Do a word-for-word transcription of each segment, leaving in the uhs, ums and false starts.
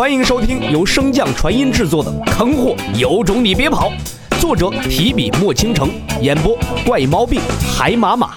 欢迎收听由升降传音制作的《坑货有种你别跑》，作者提笔墨倾城，演播怪毛病海马马。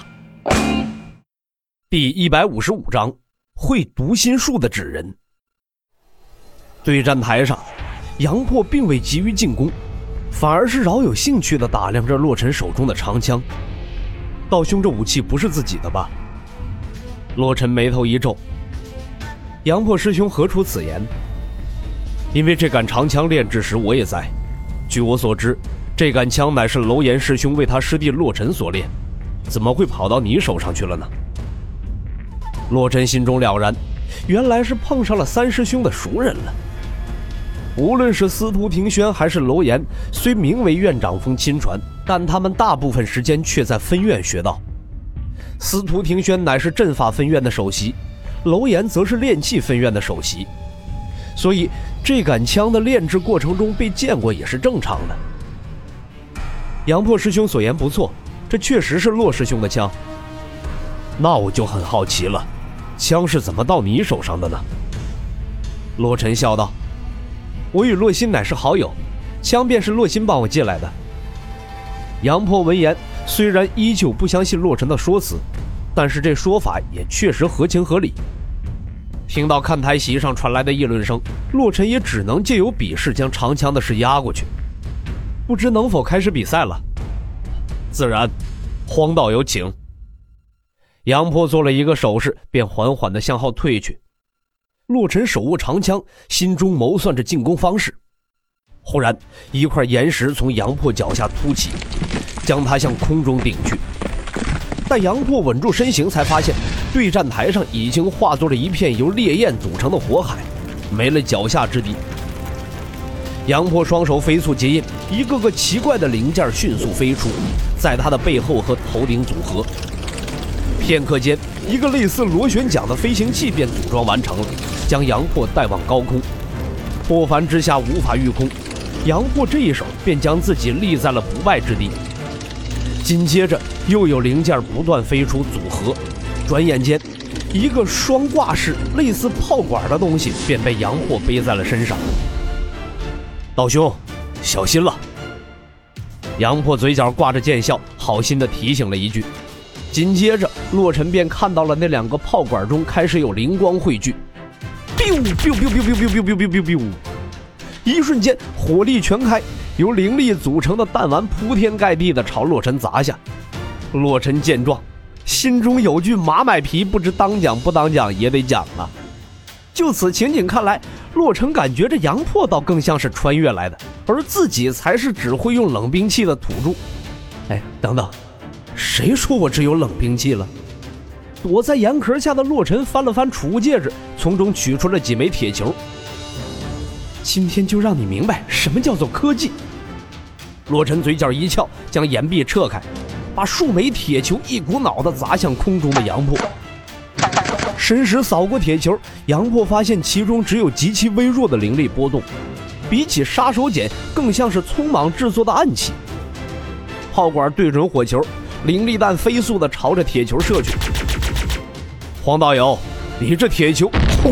第一百五十五章，会读心术的纸人。对战台上，杨破并未急于进攻，反而是饶有兴趣地打量着洛尘手中的长枪。道兄，这武器不是自己的吧？洛尘眉头一皱。杨破师兄何出此言？因为这杆长枪炼制时我也在，据我所知，这杆枪乃是楼岩师兄为他师弟洛尘所炼，怎么会跑到你手上去了呢？洛尘心中了然，原来是碰上了三师兄的熟人了。无论是司徒庭轩还是楼岩，虽名为院长峰亲传，但他们大部分时间却在分院学道。司徒庭轩乃是阵法分院的首席，楼岩则是炼器分院的首席，所以这杆枪的炼制过程中被见过也是正常的。杨破师兄所言不错，这确实是洛师兄的枪。那我就很好奇了，枪是怎么到你手上的呢？洛尘笑道：我与洛心乃是好友，枪便是洛心帮我借来的。杨破闻言，虽然依旧不相信洛尘的说辞，但是这说法也确实合情合理。听到看台席上传来的议论声，洛尘也只能借由比试将长枪的事压过去。不知能否开始比赛了？自然，荒道友请。杨破做了一个手势，便缓缓地向后退去。洛尘手握长枪，心中谋算着进攻方式。忽然，一块岩石从杨破脚下突起，将他向空中顶去。但杨破稳住身形，才发现对战台上已经化作了一片由烈焰组成的火海，没了脚下之地。杨破双手飞速结印，一个个奇怪的零件迅速飞出，在他的背后和头顶组合。片刻间，一个类似螺旋桨的飞行器便组装完成了，将杨破带往高空。破凡之下无法御空，杨破这一手便将自己立在了不败之地。紧接着又有零件不断飞出组合，转眼间一个双挂式类似炮管的东西便被杨破背在了身上。道兄，小心了！杨破嘴角挂着贱笑，好心地提醒了一句。紧接着洛尘便看到了那两个炮管中开始有灵光汇聚， biu biu biu biu biu biu biu biu biu， 一瞬间火力全开，由灵力组成的弹丸铺天盖地地朝洛尘砸下。洛尘见状，心中有句马买皮不知当讲不当讲也得讲啊。就此情景看来，洛尘感觉这杨破倒更像是穿越来的，而自己才是只会用冷兵器的土著。哎，等等，谁说我只有冷兵器了？躲在岩壳下的洛尘翻了翻储物戒指，从中取出了几枚铁球。今天就让你明白什么叫做科技。洛尘嘴角一翘，将岩壁撤开，把数枚铁球一股脑地砸向空中的杨破。神识扫过铁球，杨破发现其中只有极其微弱的灵力波动，比起杀手锏更像是匆忙制作的暗器。炮管对准火球，灵力弹飞速地朝着铁球射去。黄道友，你这铁球，轰！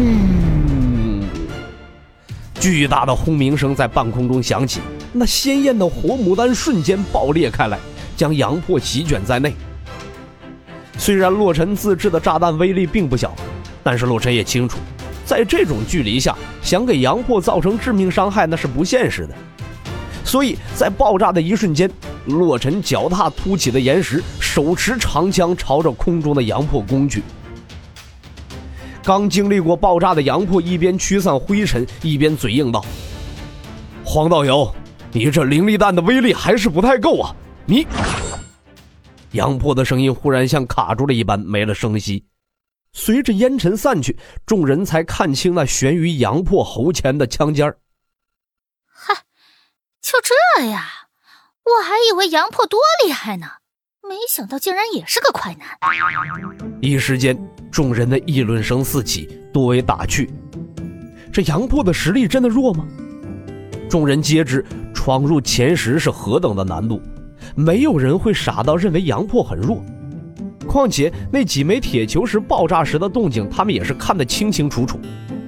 巨大的轰鸣声在半空中响起，那鲜艳的火牡丹瞬间爆裂开来，将杨破席卷在内。虽然洛尘自制的炸弹威力并不小，但是洛尘也清楚，在这种距离下想给杨破造成致命伤害那是不现实的。所以在爆炸的一瞬间，洛尘脚踏凸起的岩石，手持长枪朝着空中的杨破攻去。刚经历过爆炸的杨破一边驱散灰尘，一边嘴硬道：黄道友，你这灵力弹的威力还是不太够啊，你……杨破的声音忽然像卡住了一般，没了声息。随着烟尘散去，众人才看清那悬于杨破喉前的枪尖儿。 嗨，就这呀，我还以为杨破多厉害呢，没想到竟然也是个快男。 一时间众人的议论声四起，多为打趣。这杨破的实力真的弱吗？众人皆知闯入前十是何等的难度，没有人会傻到认为杨破很弱。况且那几枚铁球石爆炸时的动静他们也是看得清清楚楚。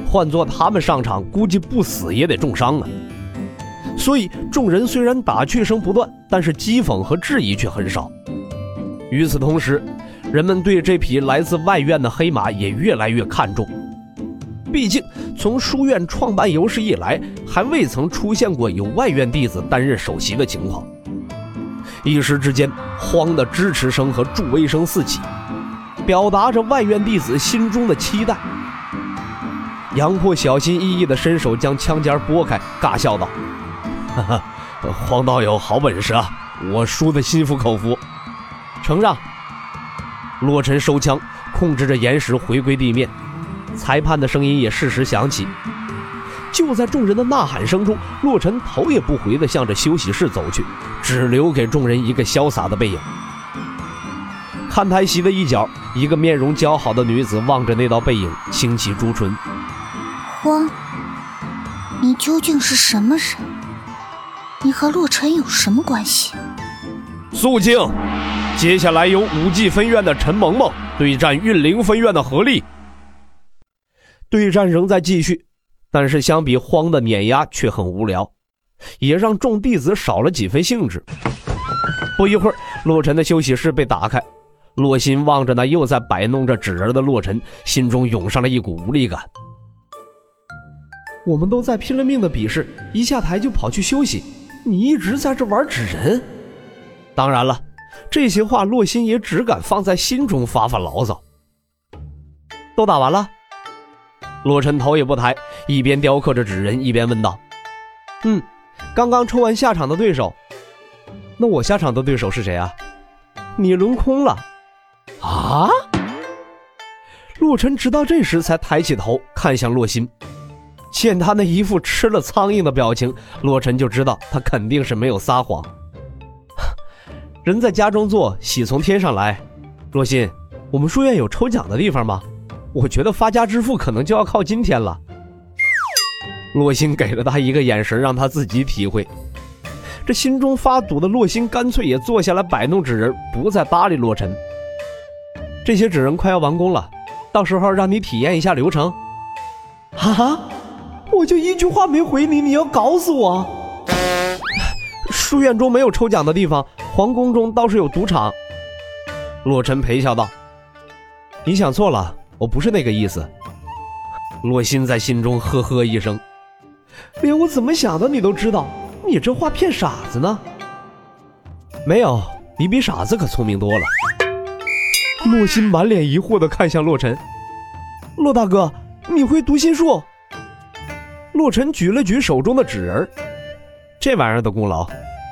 换做他们上场，估计不死也得重伤啊。所以众人虽然打趣声不断，但是讥讽和质疑却很少。与此同时，人们对这匹来自外院的黑马也越来越看重。毕竟从书院创办有史以来，还未曾出现过有外院弟子担任首席的情况。一时之间，荒的支持声和助威声四起，表达着外院弟子心中的期待。杨破小心翼翼地伸手将枪尖拨开，尬笑道：哈哈，荒道友好本事啊，我输得心服口服。承让。洛尘收枪，控制着岩石回归地面，裁判的声音也适时响起。就在众人的呐喊声中，洛尘头也不回地向着休息室走去，只留给众人一个潇洒的背影。看台席的一角，一个面容姣好的女子望着那道背影，轻启朱唇： 荒，你究竟是什么人？你和洛尘有什么关系？ 肃静！接下来由武技分院的陈萌萌对战运灵分院的何力。对战仍在继续，但是相比荒的碾压却很无聊，也让众弟子少了几分兴致。不一会儿，洛尘的休息室被打开，洛心望着那又在摆弄着纸人的洛尘，心中涌上了一股无力感。我们都在拼了命的比试，一下台就跑去休息，你一直在这玩纸人。当然了，这些话洛心也只敢放在心中发发牢骚。都打完了？洛尘头也不抬，一边雕刻着纸人一边问道：嗯，刚刚抽完下场的对手。那我下场的对手是谁啊？你轮空了。啊？洛尘直到这时才抬起头看向洛心，见他那一副吃了苍蝇的表情，洛尘就知道他肯定是没有撒谎。人在家中坐，喜从天上来。洛心，我们书院有抽奖的地方吗？我觉得发家致富可能就要靠今天了。洛心给了他一个眼神，让他自己体会。这心中发堵的洛心干脆也坐下来摆弄纸人，不再搭理洛尘。这些纸人快要完工了，到时候让你体验一下流程。啊？我就一句话没回你，你要搞死我？书院中没有抽奖的地方，皇宫中倒是有赌场。洛尘陪笑道：你想错了，我不是那个意思。洛心在心中呵呵一声，连我怎么想的你都知道，你这话骗傻子呢？没有，你比傻子可聪明多了。洛心满脸疑惑地看向洛尘：洛大哥，你会读心术？洛尘举了举手中的纸人：这玩意儿的功劳。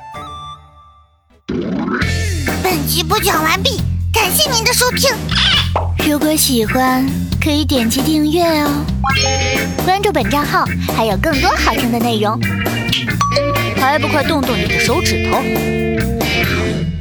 本集播讲完毕，感谢您的收听。如果喜欢，可以点击订阅哦，关注本账号还有更多好听的内容。还不快动动你的手指头！